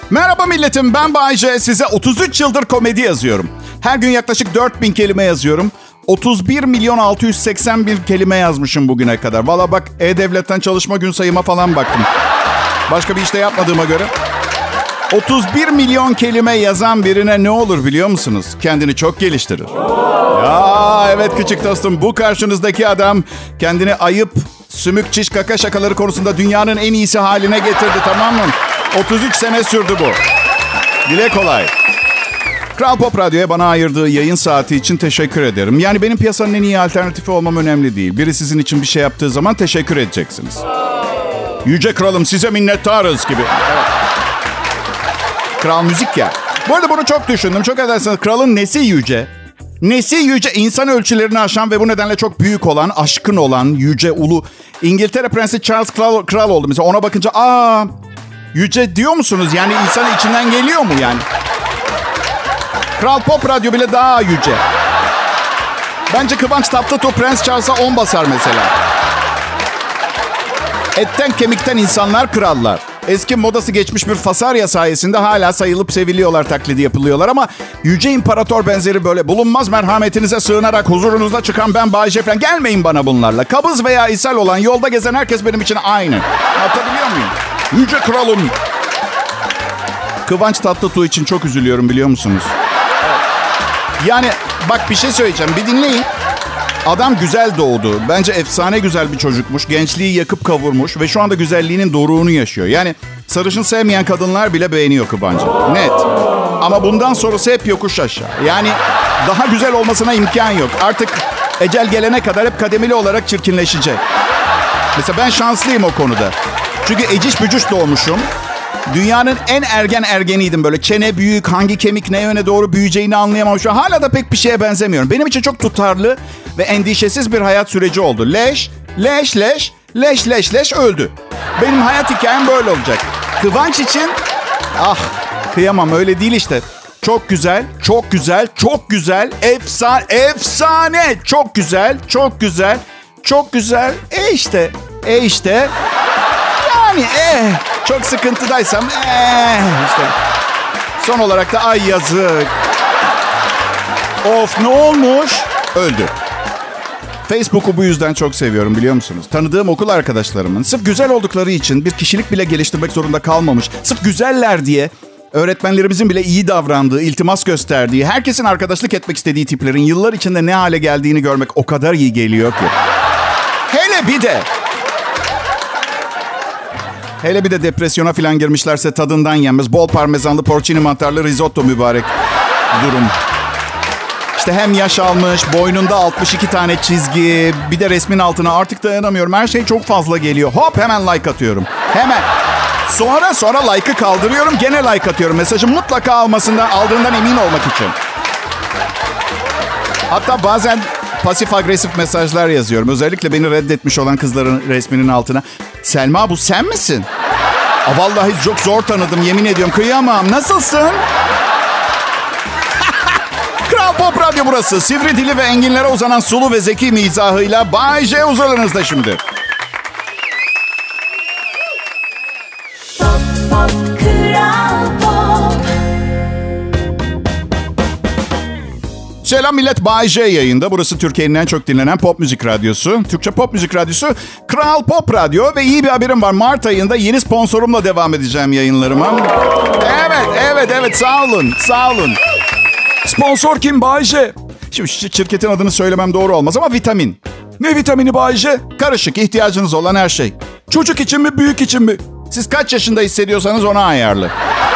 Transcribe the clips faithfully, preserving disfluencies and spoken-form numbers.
Merhaba milletim, ben Bay J. Size otuz üç yıldır komedi yazıyorum. Her gün yaklaşık dört bin kelime yazıyorum. otuz bir milyon altı yüz seksen bir kelime yazmışım bugüne kadar. Valla bak, E-Devlet'ten çalışma gün sayıma falan baktım. Başka bir işte yapmadığıma göre. otuz bir milyon kelime yazan birine ne olur biliyor musunuz? Kendini çok geliştirir. Ya evet küçük dostum, bu karşınızdaki adam kendini ayıp, sümük, çiş, kaka şakaları konusunda dünyanın en iyisi haline getirdi, tamam mı? otuz üç sene sürdü bu. Dile kolay. Kral Pop Radyo'ya bana ayırdığı yayın saati için teşekkür ederim. Yani benim piyasanın en iyi alternatifi olmam önemli değil. Biri sizin için bir şey yaptığı zaman teşekkür edeceksiniz. Yüce kralım, size minnettarız gibi. Evet. Kral müzik ya. Bu arada bunu çok düşündüm. Çok ederseniz kralın nesi yüce? Nesi yüce? İnsan ölçülerini aşan ve bu nedenle çok büyük olan, aşkın olan, yüce, ulu. İngiltere Prensi Charles kral, kral oldu mesela. Ona bakınca aa yüce diyor musunuz? Yani insanın içinden geliyor mu yani? Kral Pop Radyo bile daha yüce. Bence Kıvanç Tatlıtuğ Prens Charles'a on basar mesela. Etten kemikten insanlar krallar. Eski modası geçmiş bir fasarya sayesinde hala sayılıp seviliyorlar, taklidi yapılıyorlar ama yüce imparator benzeri böyle bulunmaz merhametinize sığınarak huzurunuzda çıkan ben Bay J falan, gelmeyin bana bunlarla. Kabız veya ishal olan, yolda gezen herkes benim için aynı. Anlatabiliyor muyum? Yüce kralım. Kıvanç Tatlıtuğ için çok üzülüyorum, biliyor musunuz? Yani bak bir şey söyleyeceğim, bir dinleyin. Adam güzel doğdu. Bence efsane güzel bir çocukmuş. Gençliği yakıp kavurmuş ve şu anda güzelliğinin doruğunu yaşıyor. Yani sarışın sevmeyen kadınlar bile beğeniyor Kıvancı. Net. Ama bundan sonrası hep yokuş aşağı. Yani daha güzel olmasına imkan yok. Artık ecel gelene kadar hep kademeli olarak çirkinleşecek. Mesela ben şanslıyım o konuda. Çünkü eciş bücüş doğmuşum. Dünyanın en ergen ergeniydim böyle. Çene büyük, hangi kemik ne yöne doğru büyüyeceğini anlayamamışım. Hala da pek bir şeye benzemiyorum. Benim için çok tutarlı ve endişesiz bir hayat süreci oldu. Leş, leş, leş, leş, leş, leş öldü. Benim hayat hikayem böyle olacak. Kıvanç için ah kıyamam, öyle değil işte. Çok güzel, çok güzel, çok güzel, efsane, efsane, çok güzel, çok güzel, çok güzel. E işte, e işte. Yani eh, çok sıkıntıdaysam eh işte. Son olarak da ay yazık. Of ne olmuş? Öldü. Facebook'u bu yüzden çok seviyorum, biliyor musunuz? Tanıdığım okul arkadaşlarımın sırf güzel oldukları için bir kişilik bile geliştirmek zorunda kalmamış. Sırf güzeller diye öğretmenlerimizin bile iyi davrandığı, iltimas gösterdiği, herkesin arkadaşlık etmek istediği tiplerin yıllar içinde ne hale geldiğini görmek o kadar iyi geliyor ki. Hele bir de Hele bir de depresyona falan girmişlerse tadından yenmez. Bol parmesanlı porcini mantarlı risotto mübarek durum. İşte hem yaş almış, boynunda altmış iki tane çizgi, bir de resmin altına artık dayanamıyorum. Her şey çok fazla geliyor. Hop hemen like atıyorum. Hemen. Sonra sonra like'ı kaldırıyorum, gene like atıyorum. Mesajı mutlaka almasından, aldığından emin olmak için. Hatta bazen pasif agresif mesajlar yazıyorum. Özellikle beni reddetmiş olan kızların resminin altına. Selma, bu sen misin? Aa, vallahi çok zor tanıdım, yemin ediyorum. Kıyamam. Nasılsın? Kral Pop Radyo burası. Sivri dili ve enginlere uzanan sulu ve zeki mizahıyla Bay J huzurlarınızda şimdi. Pop, pop, Kral Pop. Selam millet, Bay J yayında. Burası Türkiye'nin en çok dinlenen pop müzik radyosu. Türkçe pop müzik radyosu Kral Pop Radyo. Ve iyi bir haberim var. Mart ayında yeni sponsorumla devam edeceğim yayınlarıma. Evet, evet, evet. Sağ olun, sağ olun. Sponsor kim Bay J? Şimdi şirketin adını söylemem doğru olmaz ama vitamin. Ne vitamini Bay J? Karışık, ihtiyacınız olan her şey. Çocuk için mi, büyük için mi? Siz kaç yaşında hissediyorsanız ona ayarlı.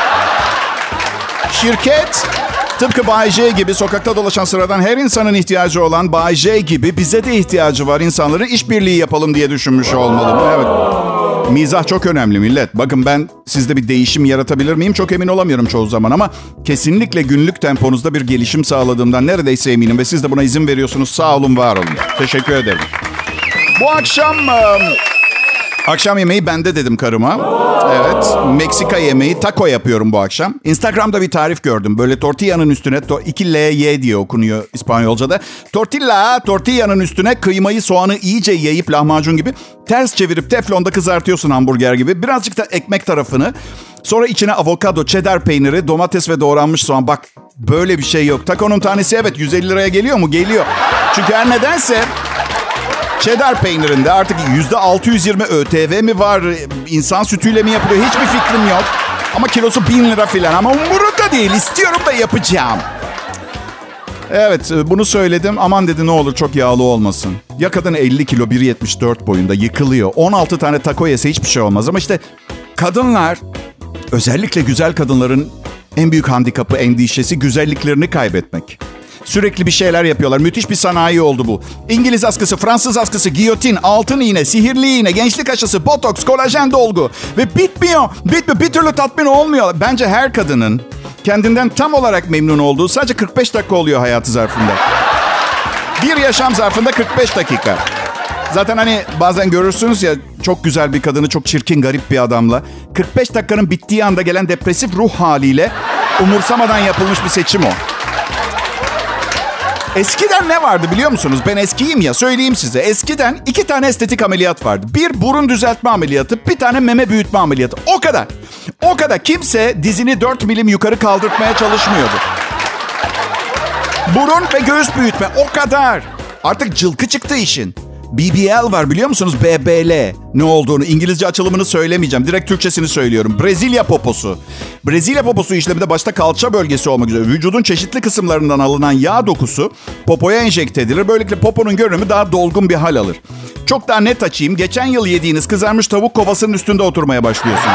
Şirket tıpkı Bay J gibi sokakta dolaşan sıradan her insanın ihtiyacı olan Bay J gibi bize de ihtiyacı var insanların, işbirliği yapalım diye düşünmüş olmalı. Evet. Mizah çok önemli millet. Bakın ben sizde bir değişim yaratabilir miyim? Çok emin olamıyorum çoğu zaman ama kesinlikle günlük temponuzda bir gelişim sağladığımdan neredeyse eminim ve siz de buna izin veriyorsunuz. Sağ olun, var olun. Teşekkür ederim. Bu akşam... Akşam yemeği bende dedim karıma. Evet. Meksika yemeği, taco yapıyorum bu akşam. Instagram'da bir tarif gördüm. Böyle tortillanın üstüne, to- iki L Y diye okunuyor İspanyolca'da. Tortilla, tortillanın üstüne kıymayı, soğanı iyice yayıp lahmacun gibi ters çevirip teflonda kızartıyorsun hamburger gibi. Birazcık da ekmek tarafını Sonra içine avokado, cheddar peyniri, domates ve doğranmış soğan. Bak böyle bir şey yok. Takonun tanesi evet yüz elli liraya geliyor mu? Geliyor. Çünkü her nedense cheddar peynirinde artık yüzde altı yüz yirmi ÖTV mi var? İnsan sütüyle mi yapılıyor? Hiçbir fikrim yok. Ama kilosu bin lira filan. Ama umurumda değil. İstiyorum da yapacağım. Evet, bunu söyledim. Aman dedi ne olur çok yağlı olmasın. Ya kadın elli kilo, bir yetmiş dört boyunda yıkılıyor. on altı tane taco yese hiçbir şey olmaz. Ama işte kadınlar, özellikle güzel kadınların en büyük handikapı, endişesi güzelliklerini kaybetmek. Sürekli bir şeyler yapıyorlar. Müthiş bir sanayi oldu bu. İngiliz askısı, Fransız askısı, giyotin, altın iğne, sihirli iğne, gençlik aşısı, botoks, kolajen dolgu. Ve bitmiyor. Bitmiyor. Bir türlü tatmin olmuyor. Bence her kadının kendinden tam olarak memnun olduğu sadece kırk beş dakika oluyor hayatı zarfında. Bir yaşam zarfında kırk beş dakika. Zaten hani bazen görürsünüz ya çok güzel bir kadını çok çirkin, garip bir adamla. kırk beş dakikanın bittiği anda gelen depresif ruh haliyle umursamadan yapılmış bir seçim o. Eskiden ne vardı biliyor musunuz? Ben eskiyim ya, söyleyeyim size. Eskiden iki tane estetik ameliyat vardı. Bir burun düzeltme ameliyatı, bir tane meme büyütme ameliyatı. O kadar. O kadar. Kimse dizini dört milim yukarı kaldırtmaya çalışmıyordu. Burun ve göğüs büyütme. O kadar. Artık cılkı çıktı işin. B B L var biliyor musunuz? B B L ne olduğunu. İngilizce açılımını söylemeyeceğim. Direkt Türkçesini söylüyorum. Brezilya poposu. Brezilya poposu işleminde başta kalça bölgesi olmak üzere vücudun çeşitli kısımlarından alınan yağ dokusu popoya enjekte edilir. Böylelikle poponun görünümü daha dolgun bir hal alır. Çok daha net açayım. Geçen yıl yediğiniz kızarmış tavuk kovasının üstünde oturmaya başlıyorsunuz.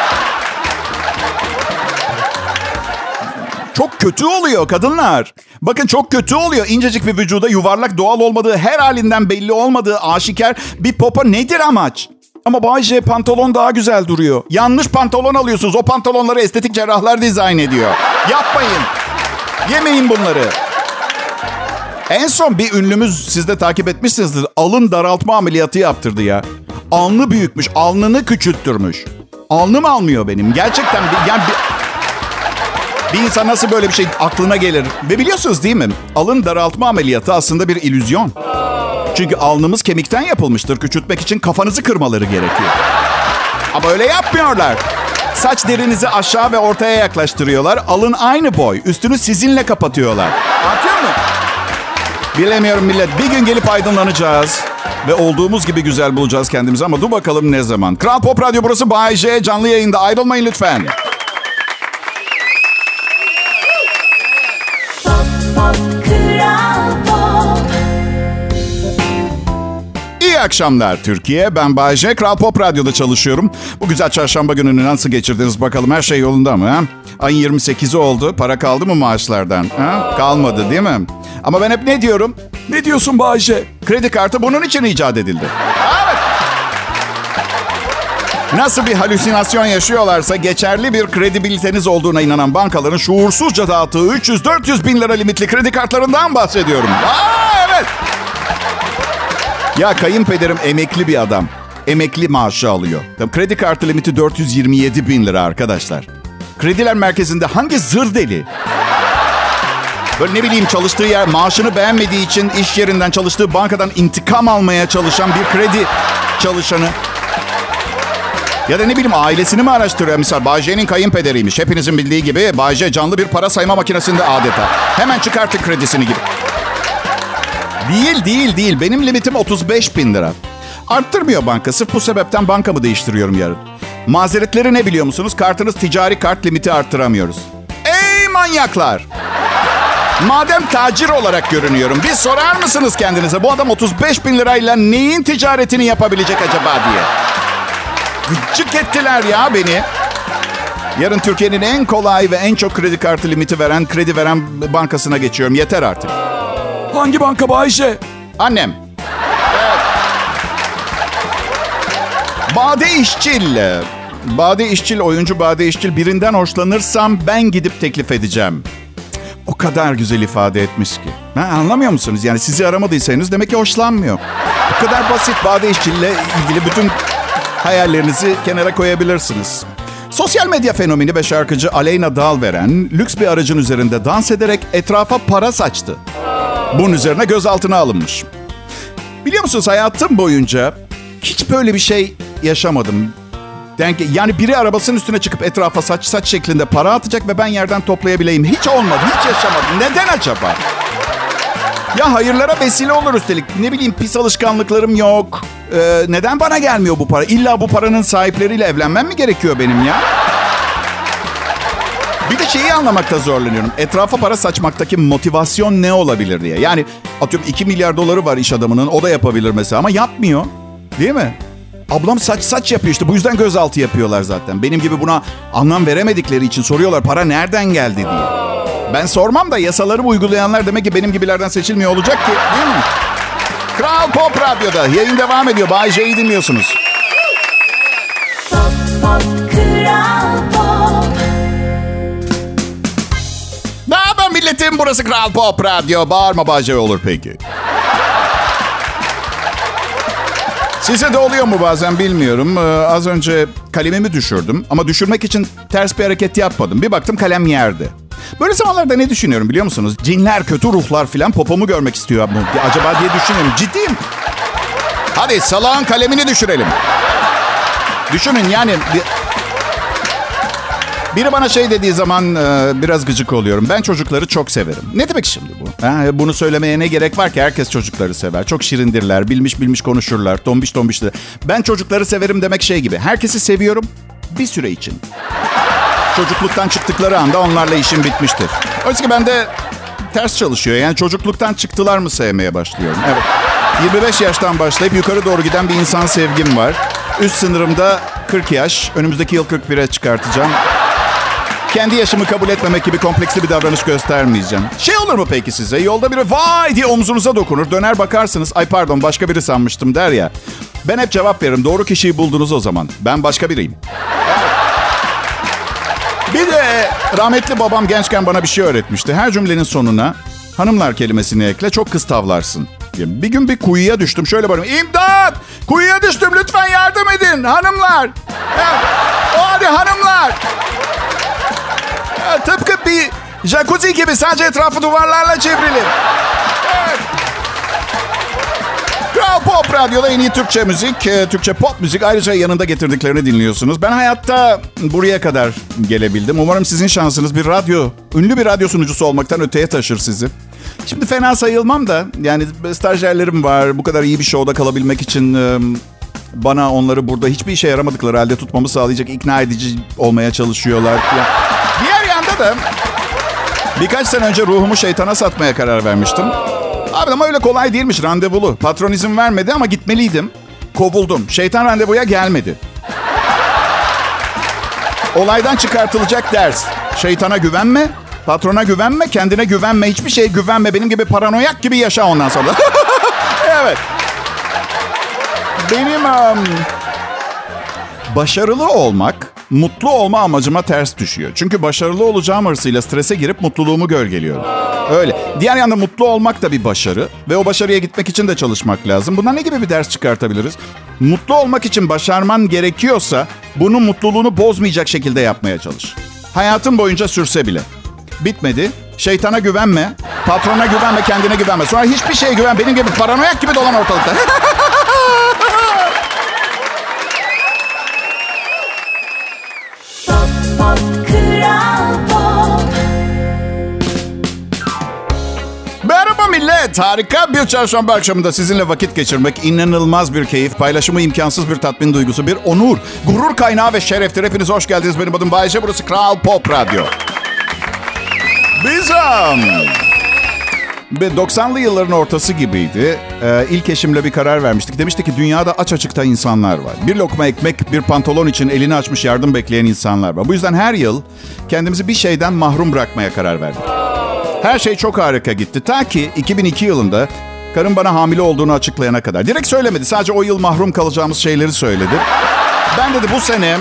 Çok kötü oluyor kadınlar. Bakın çok kötü oluyor. İncecik bir vücuda yuvarlak, doğal olmadığı, her halinden belli olmadığı aşikar bir popo nedir amaç? Ama Bay J, pantolon daha güzel duruyor. Yanlış pantolon alıyorsunuz. O pantolonları estetik cerrahlar dizayn ediyor. Yapmayın. Yemeyin bunları. En son bir ünlümüz, siz de takip etmişsinizdir, alın daraltma ameliyatı yaptırdı ya. Alnı büyükmüş, alnını küçülttürmüş. Alnım almıyor benim. Gerçekten bir, yani bir... Bir insan nasıl böyle bir şey aklına gelir? Ve biliyorsunuz değil mi? Alın daraltma ameliyatı aslında bir illüzyon. Çünkü alnımız kemikten yapılmıştır. Küçültmek için kafanızı kırmaları gerekiyor. Ama öyle yapmıyorlar. Saç derinizi aşağı ve ortaya yaklaştırıyorlar. Alın aynı boy. Üstünü sizinle kapatıyorlar. Anlatıyor mu? Bilemiyorum millet. Bir gün gelip aydınlanacağız. Ve olduğumuz gibi güzel bulacağız kendimizi. Ama dur bakalım ne zaman. Kral Pop Radyo burası, Bay J. Canlı yayında. Ayrılmayın lütfen. İyi akşamlar Türkiye. Ben Bay J. Kral Pop Radyo'da çalışıyorum. Bu güzel çarşamba gününü nasıl geçirdiniz bakalım? Her şey yolunda mı? Ha? Ayın yirmi sekizi oldu. Para kaldı mı maaşlardan? Ha? Kalmadı değil mi? Ama ben hep ne diyorum? Ne diyorsun Bay J? Kredi kartı bunun için icat edildi. Evet. Nasıl bir halüsinasyon yaşıyorlarsa geçerli bir kredibiliteniz olduğuna inanan bankaların şuursuzca dağıttığı üç yüz dört yüz bin lira limitli kredi kartlarından bahsediyorum. Aa, evet. Ya kayınpederim emekli bir adam. Emekli maaşı alıyor. Kredi kartı limiti dört yüz yirmi yedi bin lira arkadaşlar. Krediler merkezinde hangi zır deli? Böyle ne bileyim çalıştığı yer maaşını beğenmediği için iş yerinden çalıştığı bankadan intikam almaya çalışan bir kredi çalışanı. Ya da ne bileyim ailesini mi araştırıyor? Misal Bay J'nin kayınpederiymiş. Hepinizin bildiği gibi Bay J canlı bir para sayma makinesinde adeta. Hemen çıkartın kredisini gibi. Değil değil değil. Benim limitim otuz beş bin lira. Arttırmıyor banka. Sırf bu sebepten bankamı değiştiriyorum yarın. Mazeretleri ne biliyor musunuz? Kartınız ticari kart limiti arttıramıyoruz. Ey manyaklar! Madem tacir olarak görünüyorum, bir sorar mısınız kendinize? Bu adam otuz beş bin lirayla neyin ticaretini yapabilecek acaba diye. Gıcık ettiler ya beni. Yarın Türkiye'nin en kolay ve en çok kredi kartı limiti veren, kredi veren bankasına geçiyorum. Yeter artık. Hangi banka Bay J? Annem. Evet. Bade İşçil. Bade İşçil, oyuncu Bade İşçil. Birinden hoşlanırsam ben gidip teklif edeceğim. O kadar güzel ifade etmiş ki. Ha, anlamıyor musunuz? Yani sizi aramadıysanız demek ki hoşlanmıyor. Bu kadar basit. Bade İşçil'le ilgili bütün hayallerinizi kenara koyabilirsiniz. Sosyal medya fenomeni ve şarkıcı Aleyna Dalveren lüks bir aracın üzerinde dans ederek etrafa para saçtı. Bunun üzerine gözaltına alınmış. Biliyor musunuz hayatım boyunca hiç böyle bir şey yaşamadım. Denk, yani biri arabasının üstüne çıkıp etrafa saç saç şeklinde para atacak ve ben yerden toplayabileyim. Hiç olmadı, hiç yaşamadım. Neden acaba? Ya hayırlara vesile olur üstelik. Ne bileyim, pis alışkanlıklarım yok. Ee, neden bana gelmiyor bu para? İlla bu paranın sahipleriyle evlenmem mi gerekiyor benim ya? Bir de şeyi anlamakta zorlanıyorum. Etrafa para saçmaktaki motivasyon ne olabilir diye. Yani atıyorum iki milyar doları var iş adamının. O da yapabilir mesela ama yapmıyor. Değil mi? Ablam saç saç yapıyor işte. Bu yüzden gözaltı yapıyorlar zaten. Benim gibi buna anlam veremedikleri için soruyorlar. Para nereden geldi diye. Ben sormam da yasaları uygulayanlar demek ki benim gibilerden seçilmiyor olacak ki. Değil mi? Kral Pop Radyo'da yayın devam ediyor. Bay J'yi dinliyorsunuz. Pop, pop, Kral Pop. Ne haber milletim? Burası Kral Pop Radyo. Bağırma Bay J olur peki. Size de oluyor mu bazen bilmiyorum. Ee, az önce kalemimi düşürdüm. Ama düşürmek için ters bir hareket yapmadım. Bir baktım kalem yerde. Böyle zamanlarda ne düşünüyorum biliyor musunuz? Cinler, kötü ruhlar filan popomu görmek istiyor mu acaba diye düşünüyorum. Ciddiyim. Hadi salağın kalemini düşürelim. Düşünün yani... Biri bana şey dediği zaman e, biraz gıcık oluyorum. Ben çocukları çok severim. Ne demek şimdi bu? Ha, bunu söylemeye ne gerek var ki? Herkes çocukları sever. Çok şirindirler. Bilmiş bilmiş konuşurlar. Tombiş tombişler. Ben çocukları severim demek şey gibi. Herkesi seviyorum bir süre için. Çocukluktan çıktıkları anda onlarla işim bitmiştir. Oysa ki bende ters çalışıyor. Yani çocukluktan çıktılar mı sevmeye başlıyorum. Evet. yirmi beş yaştan başlayıp yukarı doğru giden bir insan sevgim var. Üst sınırımda kırk yaş. Önümüzdeki yıl kırk bire çıkartacağım. Kendi yaşımı kabul etmemek gibi kompleksli bir davranış göstermeyeceğim. Şey olur mu peki size? Yolda biri vay diye omuzunuza dokunur. Döner bakarsınız. Ay pardon başka biri sanmıştım der ya. Ben hep cevap veririm. Doğru kişiyi buldunuz o zaman. Ben başka biriyim. Bir de rahmetli babam gençken bana bir şey öğretmişti. Her cümlenin sonuna hanımlar kelimesini ekle, çok kız tavlarsın. Bir gün bir kuyuya düştüm. Şöyle bağırıyorum. İmdat! Kuyuya düştüm. Lütfen yardım edin. Hanımlar. O hadi hanımlar. Ya, tıpkı bir jacuzzi gibi sadece etrafı duvarlarla çevrili. Evet. Kral Pop Radyo'da en iyi Türkçe müzik, Türkçe pop müzik. Ayrıca yanında getirdiklerini dinliyorsunuz. Ben hayatta buraya kadar gelebildim. Umarım sizin şansınız bir radyo, ünlü bir radyo sunucusu olmaktan öteye taşır sizi. Şimdi fena sayılmam da yani stajyerlerim var. Bu kadar iyi bir şovda kalabilmek için bana onları burada hiçbir işe yaramadıkları halde tutmamı sağlayacak ikna edici olmaya çalışıyorlar. Diğer yanda da birkaç sene önce ruhumu şeytana satmaya karar vermiştim. Abi ama öyle kolay değilmiş, randevulu. Patron izin vermedi ama gitmeliydim. Kovuldum. Şeytan randevuya gelmedi. Olaydan çıkartılacak ders. Şeytana güvenme, patrona güvenme, kendine güvenme, hiçbir şeye güvenme. Benim gibi paranoyak gibi yaşa ondan sonra. Evet. Benim um, başarılı olmak, mutlu olma amacıma ters düşüyor. Çünkü başarılı olacağım hırsıyla strese girip mutluluğumu gölgeliyorum. Öyle. Diğer yanda mutlu olmak da bir başarı. Ve o başarıya gitmek için de çalışmak lazım. Bundan ne gibi bir ders çıkartabiliriz? Mutlu olmak için başarman gerekiyorsa bunun mutluluğunu bozmayacak şekilde yapmaya çalış. Hayatın boyunca sürse bile. Bitmedi. Şeytana güvenme, patrona güvenme, kendine güvenme. Sonra hiçbir şeye güven. Benim gibi paranoyak gibi dolan ortalıkta. Pop, pop, Kral Pop. Merhaba millet. Harika bir çarşamba akşamında sizinle vakit geçirmek inanılmaz bir keyif. Paylaşımı imkansız bir tatmin duygusu, bir onur, gurur kaynağı ve şereftir. Hepiniz hoş geldiniz. Benim adım Bay J. Burası Kral Pop Radyo. Biz um, doksanlı yılların ortası gibiydi. Ee, ilk eşimle bir karar vermiştik. Demişti ki dünyada aç açıkta insanlar var. Bir lokma ekmek, bir pantolon için elini açmış yardım bekleyen insanlar var. Bu yüzden her yıl kendimizi bir şeyden mahrum bırakmaya karar verdik. Her şey çok harika gitti. Ta ki iki bin iki yılında karım bana hamile olduğunu açıklayana kadar. Direkt söylemedi. Sadece o yıl mahrum kalacağımız şeyleri söyledi. Ben dedi bu sene...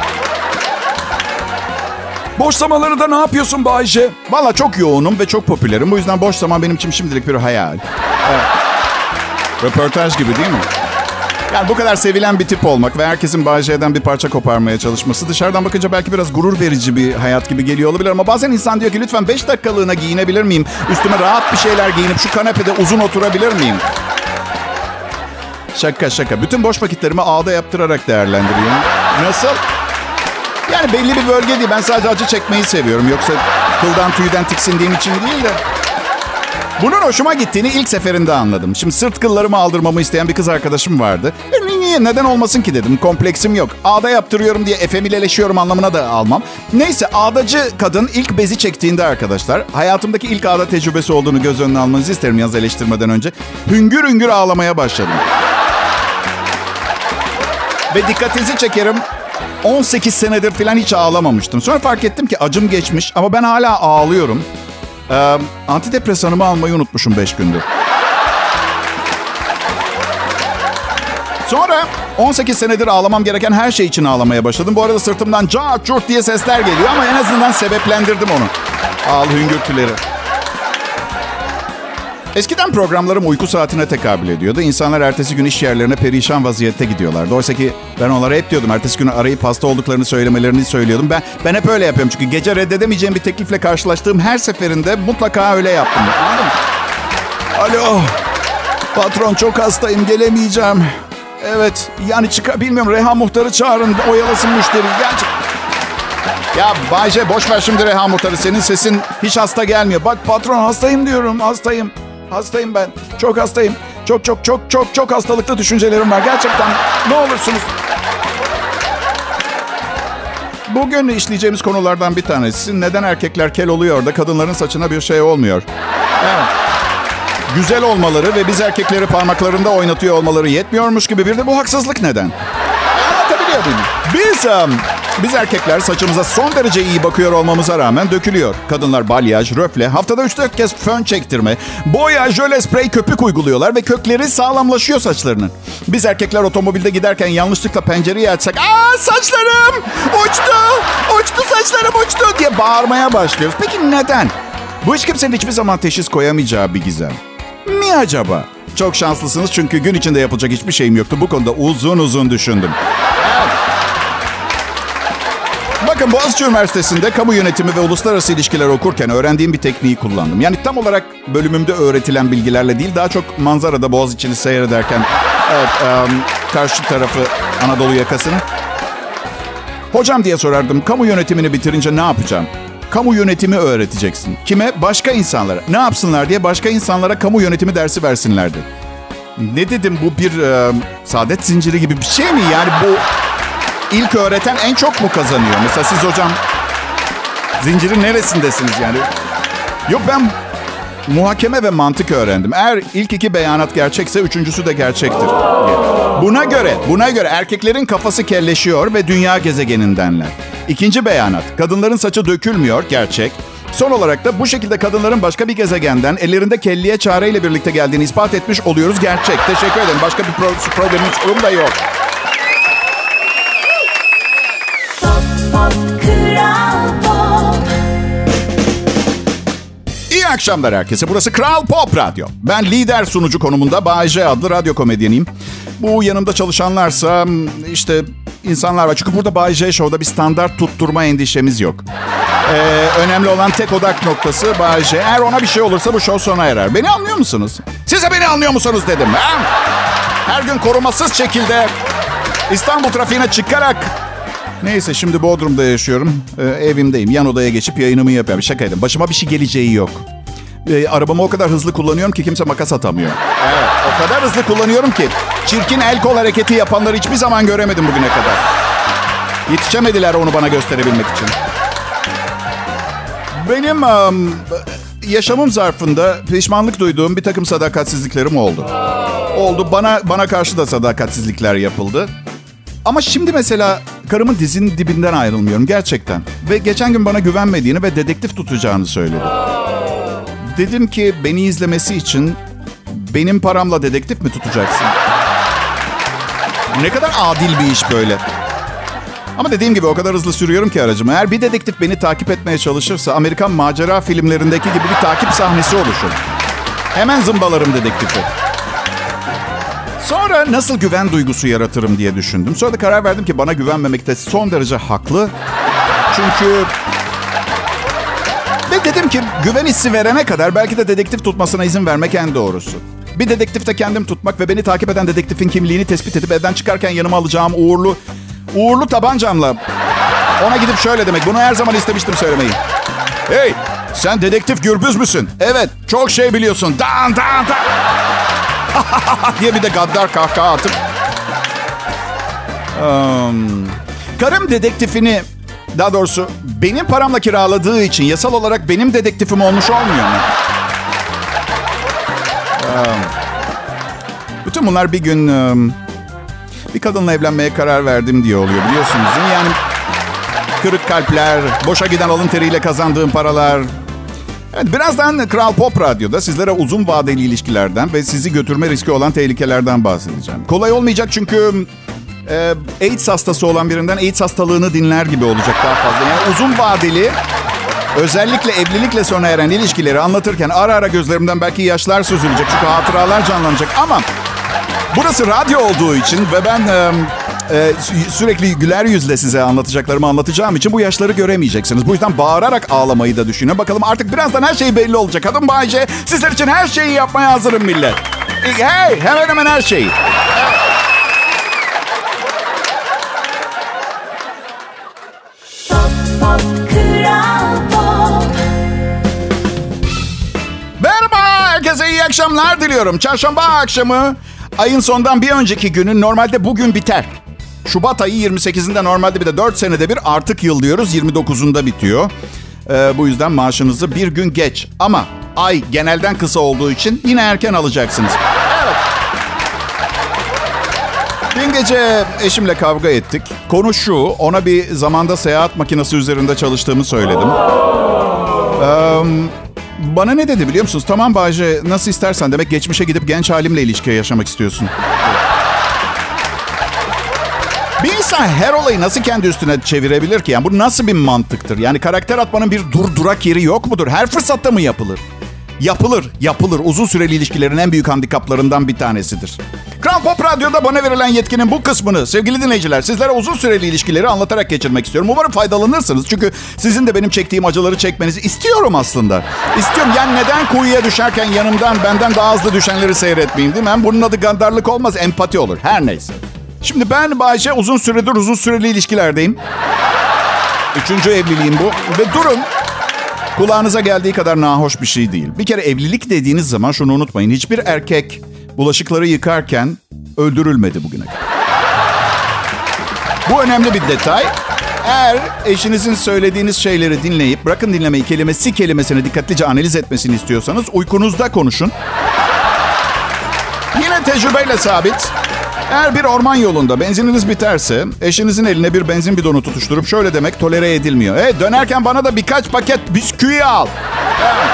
Boş zamanlarında ne yapıyorsun Bayce? Valla çok yoğunum ve çok popülerim. Bu yüzden boş zaman benim için şimdilik bir hayal. Evet. Röportaj gibi değil mi? Yani bu kadar sevilen bir tip olmak ve herkesin Bayce'den bir parça koparmaya çalışması dışarıdan bakınca belki biraz gurur verici bir hayat gibi geliyor olabilir. Ama bazen insan diyor ki lütfen beş dakikalığına giyinebilir miyim? Üstüme rahat bir şeyler giyinip şu kanepede uzun oturabilir miyim? Şaka şaka. Bütün boş vakitlerimi ağda yaptırarak değerlendiriyorum. Nasıl? Yani belli bir bölge değil. Ben sadece acı çekmeyi seviyorum. Yoksa kıldan tüyden tiksindiğim için değil de. Bunun hoşuma gittiğini ilk seferinde anladım. Şimdi sırt kıllarımı aldırmamı isteyen bir kız arkadaşım vardı. E, niye? Neden olmasın ki dedim. Kompleksim yok. Ağda yaptırıyorum diye efemileleşiyorum anlamına da almam. Neyse, ağdacı kadın ilk bezi çektiğinde arkadaşlar, hayatımdaki ilk ağda tecrübesi olduğunu göz önüne almanızı isterim yalnız eleştirmeden önce. Hüngür hüngür ağlamaya başladım. Ve dikkatinizi çekerim, on sekiz senedir falan hiç ağlamamıştım. Sonra fark ettim ki acım geçmiş ama ben hala ağlıyorum. Ee, antidepresanımı almayı unutmuşum beş gündür. Sonra on sekiz senedir ağlamam gereken her şey için ağlamaya başladım. Bu arada sırtımdan cart curt diye sesler geliyor ama en azından sebeplendirdim onu. Ağlı hüngürtüleri. Eskiden programlarım uyku saatine tekabül ediyordu. İnsanlar ertesi gün iş yerlerine perişan vaziyette gidiyorlardı. Oysa ki ben onlara hep diyordum, ertesi günü arayıp hasta olduklarını söylemelerini söylüyordum. Ben ben hep öyle yapıyorum çünkü gece reddedemeyeceğim bir teklifle karşılaştığım her seferinde mutlaka öyle yaptım. Anladın mı? Alo, patron çok hastayım, gelemeyeceğim. Evet, yani çıkar bilmiyorum, Reha Muhtar'ı çağırın, oyalasın müşteri. Gerçek. Ya Bayce, boş ver şimdi Reha Muhtar'ı, senin sesin hiç hasta gelmiyor. Bak patron, hastayım diyorum, hastayım. Hastayım ben. Çok hastayım. Çok çok çok çok çok hastalıklı düşüncelerim var. Gerçekten ne olursunuz. Bugün işleyeceğimiz konulardan bir tanesi, neden erkekler kel oluyor da kadınların saçına bir şey olmuyor. Evet. Güzel olmaları ve biz erkekleri parmaklarında oynatıyor olmaları yetmiyormuş gibi bir de bu haksızlık neden? Anlatabiliyor muyum? Biz... Um, Biz erkekler saçımıza son derece iyi bakıyor olmamıza rağmen dökülüyor. Kadınlar balyaj, röfle, haftada üç dört kez fön çektirme, boya, jöle, sprey, köpük uyguluyorlar ve kökleri sağlamlaşıyor saçlarının. Biz erkekler otomobilde giderken yanlışlıkla pencereyi açsak, "Aa, saçlarım uçtu, uçtu saçlarım uçtu" diye bağırmaya başlıyoruz. Peki neden? Bu hiç kimsenin hiçbir zaman teşhis koyamayacağı bir gizem. Mi acaba? Çok şanslısınız çünkü gün içinde yapılacak hiçbir şeyim yoktu. Bu konuda uzun uzun düşündüm. Bakın, Boğaziçi Üniversitesi'nde kamu yönetimi ve uluslararası ilişkiler okurken öğrendiğim bir tekniği kullandım. Yani tam olarak bölümümde öğretilen bilgilerle değil, daha çok manzarada Boğaziçi'ni seyrederken, evet, um, karşı tarafı Anadolu yakasını. Hocam diye sorardım, kamu yönetimini bitirince ne yapacağım? Kamu yönetimi öğreteceksin. Kime? Başka insanlara. Ne yapsınlar diye, başka insanlara kamu yönetimi dersi versinlerdi. Ne dedim, bu bir um, saadet zinciri gibi bir şey mi? Yani bu... İlk öğreten en çok mu kazanıyor? Mesela siz hocam zincirin neresindesiniz yani? Yok, ben muhakeme ve mantık öğrendim. Eğer ilk iki beyanat gerçekse üçüncüsü de gerçektir. Buna göre, buna göre erkeklerin kafası kelleşiyor ve dünya gezegenindenler. İkinci beyanat, kadınların saçı dökülmüyor, gerçek. Son olarak da bu şekilde kadınların başka bir gezegenden ellerinde kelliye çareyle birlikte geldiğini ispat etmiş oluyoruz, gerçek. Teşekkür ederim. Başka bir pro- problemimiz sorun da yok. İyi akşamlar herkese. Burası Kral Pop Radyo. Ben lider sunucu konumunda Bay J adlı radyo komedyeniyim. Bu yanımda çalışanlarsa işte insanlar var. Çünkü burada Bay J Show'da bir standart tutturma endişemiz yok. Ee, önemli olan tek odak noktası Bay J. Eğer ona bir şey olursa bu show sona erer. Beni anlıyor musunuz? Siz de beni anlıyor musunuz dedim. Ha? Her gün korumasız şekilde İstanbul trafiğine çıkarak... Neyse, şimdi Bodrum'da yaşıyorum. Ee, evimdeyim. Yan odaya geçip yayınımı yapıyorum. Şaka edin. Başıma bir şey geleceği yok. Ee, arabamı o kadar hızlı kullanıyorum ki kimse makas atamıyor. Evet, o kadar hızlı kullanıyorum ki çirkin el kol hareketi yapanları hiçbir zaman göremedim bugüne kadar. Yetişemediler onu bana gösterebilmek için. Benim um, yaşamım zarfında pişmanlık duyduğum bir takım sadakatsizliklerim oldu. Oldu. Bana bana karşı da sadakatsizlikler yapıldı. Ama şimdi mesela karımın dizinin dibinden ayrılmıyorum gerçekten. Ve geçen gün bana güvenmediğini ve dedektif tutacağını söyledi. Dedim ki beni izlemesi için benim paramla dedektif mi tutacaksın? Ne kadar adil bir iş böyle. Ama dediğim gibi o kadar hızlı sürüyorum ki aracımı. Eğer bir dedektif beni takip etmeye çalışırsa Amerikan macera filmlerindeki gibi bir takip sahnesi oluşur. Hemen zımbalarım dedektifi. Sonra nasıl güven duygusu yaratırım diye düşündüm. Sonra da karar verdim ki bana güvenmemekte son derece haklı. Çünkü... Ve dedim ki güven hissi verene kadar belki de dedektif tutmasına izin vermek en doğrusu. Bir dedektifte kendim tutmak ve beni takip eden dedektifin kimliğini tespit edip evden çıkarken yanıma alacağım uğurlu uğurlu tabancamla ona gidip şöyle demek. Bunu her zaman istemiştim söylemeyi. Hey, sen dedektif Gürbüz müsün? Evet, çok şey biliyorsun. Dan dan dan. diye bir de gaddar kahkaha atıp. Um, karım dedektifini, daha doğrusu benim paramla kiraladığı için yasal olarak benim dedektifim olmuş olmuyor mu? Um, bütün bunlar bir gün um, bir kadınla evlenmeye karar verdim diye oluyor, biliyorsunuz değil mi? Yani kırık kalpler, boşa giden alın teriyle kazandığım paralar. Evet, birazdan Kral Pop Radyo'da sizlere uzun vadeli ilişkilerden ve sizi götürme riski olan tehlikelerden bahsedeceğim. Kolay olmayacak çünkü e, AIDS hastası olan birinden AIDS hastalığını dinler gibi olacak daha fazla. Yani uzun vadeli, özellikle evlilikle sona eren ilişkileri anlatırken ara ara gözlerimden belki yaşlar süzülecek. Çünkü hatıralar canlanacak ama burası radyo olduğu için ve ben e, e, sürekli güler yüzle size anlatacaklarımı anlatacağım için bu yaşları göremeyeceksiniz. Bu yüzden bağırarak ağlamayı da düşünün. Bakalım artık birazdan her şey belli olacak. Adım Bay J. Sizler için her şeyi yapmaya hazırım millet. Hey, hemen hemen her şeyi. Merhaba, herkese iyi akşamlar diliyorum. Çarşamba akşamı, ayın sondan bir önceki günün, normalde bugün biter. Şubat ayı yirmi sekizinde normalde bir de dört senede bir artık yıl diyoruz. yirmi dokuzunda bitiyor. Ee, bu yüzden maaşınızı bir gün geç. Ama ay genelden kısa olduğu için yine erken alacaksınız. Evet. Dün gece eşimle kavga ettik. Konu şu, ona bir zamanda seyahat makinesi üzerinde çalıştığımı söyledim. Ee, bana ne dedi biliyor musunuz? Tamam Bayce, nasıl istersen, demek geçmişe gidip genç halimle ilişki yaşamak istiyorsun. Bir insan her olayı nasıl kendi üstüne çevirebilir ki? Yani bu nasıl bir mantıktır? Yani karakter atmanın bir dur durak yeri yok mudur? Her fırsatta mı yapılır? Yapılır, yapılır. Uzun süreli ilişkilerin en büyük handikaplarından bir tanesidir. Kral Pop Radyo'da bana verilen yetkinin bu kısmını sevgili dinleyiciler sizlere uzun süreli ilişkileri anlatarak geçirmek istiyorum. Umarım faydalanırsınız. Çünkü sizin de benim çektiğim acıları çekmenizi istiyorum aslında. İstiyorum. Yani neden kuyuya düşerken yanımdan benden daha hızlı düşenleri seyretmeyeyim değil mi? Hem bunun adı gaddarlık olmaz, empati olur. Her neyse. Şimdi ben Bayşe uzun süredir uzun süreli ilişkilerdeyim. Üçüncü evliliğim bu. Ve durun, kulağınıza geldiği kadar nahoş bir şey değil. Bir kere evlilik dediğiniz zaman şunu unutmayın. Hiçbir erkek bulaşıkları yıkarken öldürülmedi bugüne kadar. Bu önemli bir detay. Eğer eşinizin söylediğiniz şeyleri dinleyip, bırakın dinlemeyi, kelimesi kelimesine dikkatlice analiz etmesini istiyorsanız uykunuzda konuşun. Yine tecrübeyle sabit. Eğer bir orman yolunda benzininiz biterse eşinizin eline bir benzin bidonu tutuşturup şöyle demek tolere edilmiyor. Hey, dönerken bana da birkaç paket bisküvi al. Evet.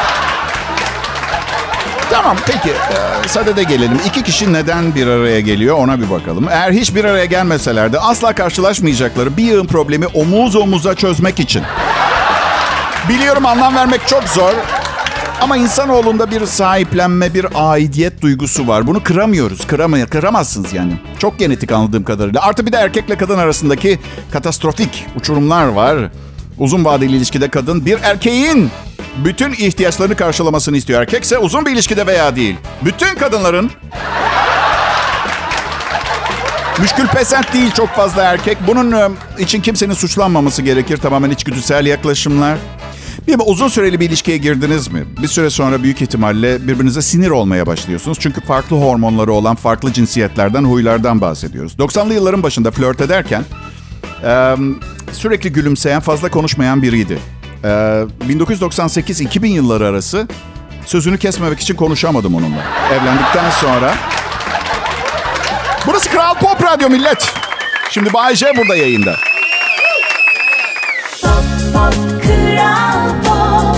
Tamam peki, ee, sadede gelelim. İki kişi neden bir araya geliyor ona bir bakalım. Eğer hiç bir araya gelmeseler de asla karşılaşmayacakları bir yığın problemi omuz omuza çözmek için. Biliyorum anlam vermek çok zor. Ama insanoğlunda bir sahiplenme, bir aidiyet duygusu var. Bunu kıramıyoruz, kıramay- kıramazsınız yani. Çok genetik anladığım kadarıyla. Artı bir de erkekle kadın arasındaki katastrofik uçurumlar var. Uzun vadeli ilişkide kadın bir erkeğin bütün ihtiyaçlarını karşılamasını istiyor. Erkekse uzun bir ilişkide veya değil. Bütün kadınların... Müşkül pesent değil çok fazla erkek. Bunun için kimsenin suçlanmaması gerekir. Tamamen içgüdüsel yaklaşımlar. Bir uzun süreli bir ilişkiye girdiniz mi? Bir süre sonra büyük ihtimalle birbirinize sinir olmaya başlıyorsunuz. Çünkü farklı hormonları olan farklı cinsiyetlerden, huylardan bahsediyoruz. doksanlı yılların başında flört ederken e, sürekli gülümseyen, fazla konuşmayan biriydi. E, bin dokuz yüz doksan sekiz iki bin yılları arası sözünü kesmemek için konuşamadım onunla. Evlendikten sonra... Burası Kral Pop Radyo millet. Şimdi Bay J burada yayında. Pop, pop, Kral Pop.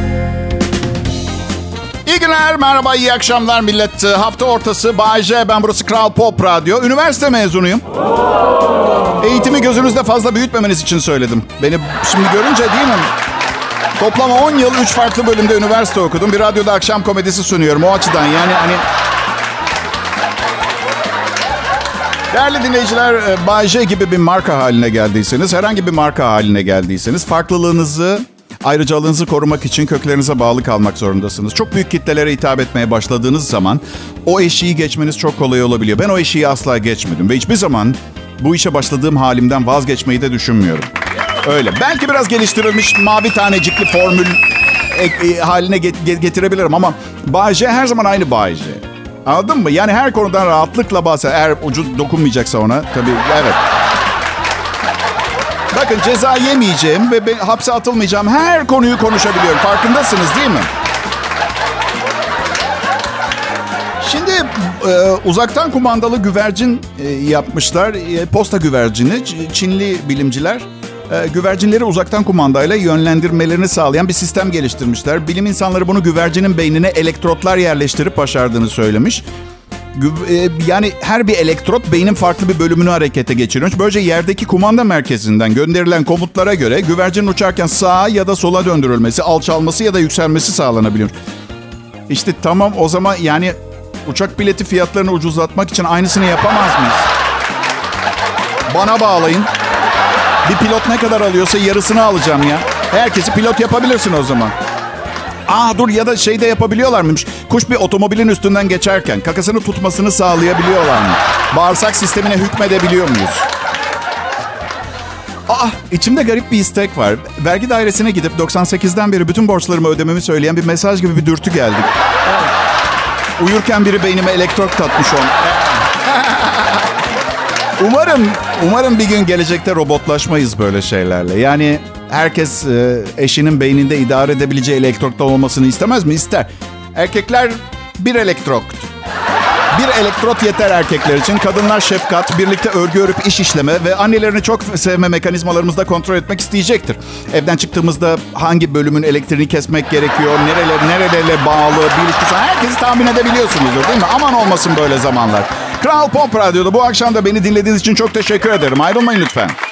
İyi günler, merhaba, iyi akşamlar millet. Hafta ortası Bay J, ben burası Kral Pop Radyo. Üniversite mezunuyum. Eğitimi gözünüzde fazla büyütmemeniz için söyledim. Beni şimdi görünce değil mi? Toplam on yıl, üç farklı bölümde üniversite okudum. Bir radyoda akşam komedisi sunuyorum. O açıdan yani hani... Değerli dinleyiciler, Bay J gibi bir marka haline geldiyseniz, herhangi bir marka haline geldiyseniz farklılığınızı Ayrıcalığınızı korumak için köklerinize bağlı kalmak zorundasınız. Çok büyük kitlelere hitap etmeye başladığınız zaman o eşiği geçmeniz çok kolay olabiliyor. Ben o eşiği asla geçmedim ve hiçbir zaman bu işe başladığım halimden vazgeçmeyi de düşünmüyorum. Öyle. Belki biraz geliştirilmiş mavi tanecikli formül e, e, haline get- getirebilirim ama Bay J her zaman aynı Bay J. Anladın mı? Yani her konudan rahatlıkla bahseder. Eğer ucu dokunmayacaksa ona. Tabii evet. Bakın ceza yemeyeceğim ve ben, hapse atılmayacağım. Her konuyu konuşabiliyorum. Farkındasınız değil mi? Şimdi e, uzaktan kumandalı güvercin e, yapmışlar. E, posta güvercini. Ç- Çinli bilimciler e, güvercinleri uzaktan kumandayla yönlendirmelerini sağlayan bir sistem geliştirmişler. Bilim insanları bunu güvercinin beynine elektrotlar yerleştirip başardığını söylemiş. Yani her bir elektrot beynin farklı bir bölümünü harekete geçiriyor. Böylece yerdeki kumanda merkezinden gönderilen komutlara göre güvercinin uçarken sağa ya da sola döndürülmesi, alçalması ya da yükselmesi sağlanabiliyor. İşte tamam, o zaman yani uçak bileti fiyatlarını ucuzlatmak için aynısını yapamaz mıyız? Bana bağlayın. Bir pilot ne kadar alıyorsa yarısını alacağım ya. Herkesi pilot yapabilirsin o zaman. Aa dur, ya da şey de yapabiliyorlar mıymış? Kuş bir otomobilin üstünden geçerken kakasını tutmasını sağlayabiliyorlar mı? Bağırsak sistemine hükmedebiliyor muyuz? Aa, içimde garip bir istek var. Vergi dairesine gidip doksan sekizden beri bütün borçlarımı ödememi söyleyen bir mesaj gibi bir dürtü geldi. Uyurken biri beynime elektrot tatmış onu. Umarım, umarım bir gün gelecekte robotlaşmayız böyle şeylerle. Yani herkes e, eşinin beyninde idare edebileceği elektrotlar olmasını istemez mi? İster. Erkekler bir elektrot. Bir elektrot yeter erkekler için. Kadınlar şefkat, birlikte örgü örüp iş işleme ve annelerini çok sevme mekanizmalarımızda kontrol etmek isteyecektir. Evden çıktığımızda hangi bölümün elektriğini kesmek gerekiyor, nereler, nerelerle bağlı, bir ilişkisi, herkesi tahmin edebiliyorsunuzdur değil mi? Aman olmasın böyle zamanlar. Kral Pop Radyo'da bu akşam da beni dinlediğiniz için çok teşekkür ederim. Ayrılmayın lütfen.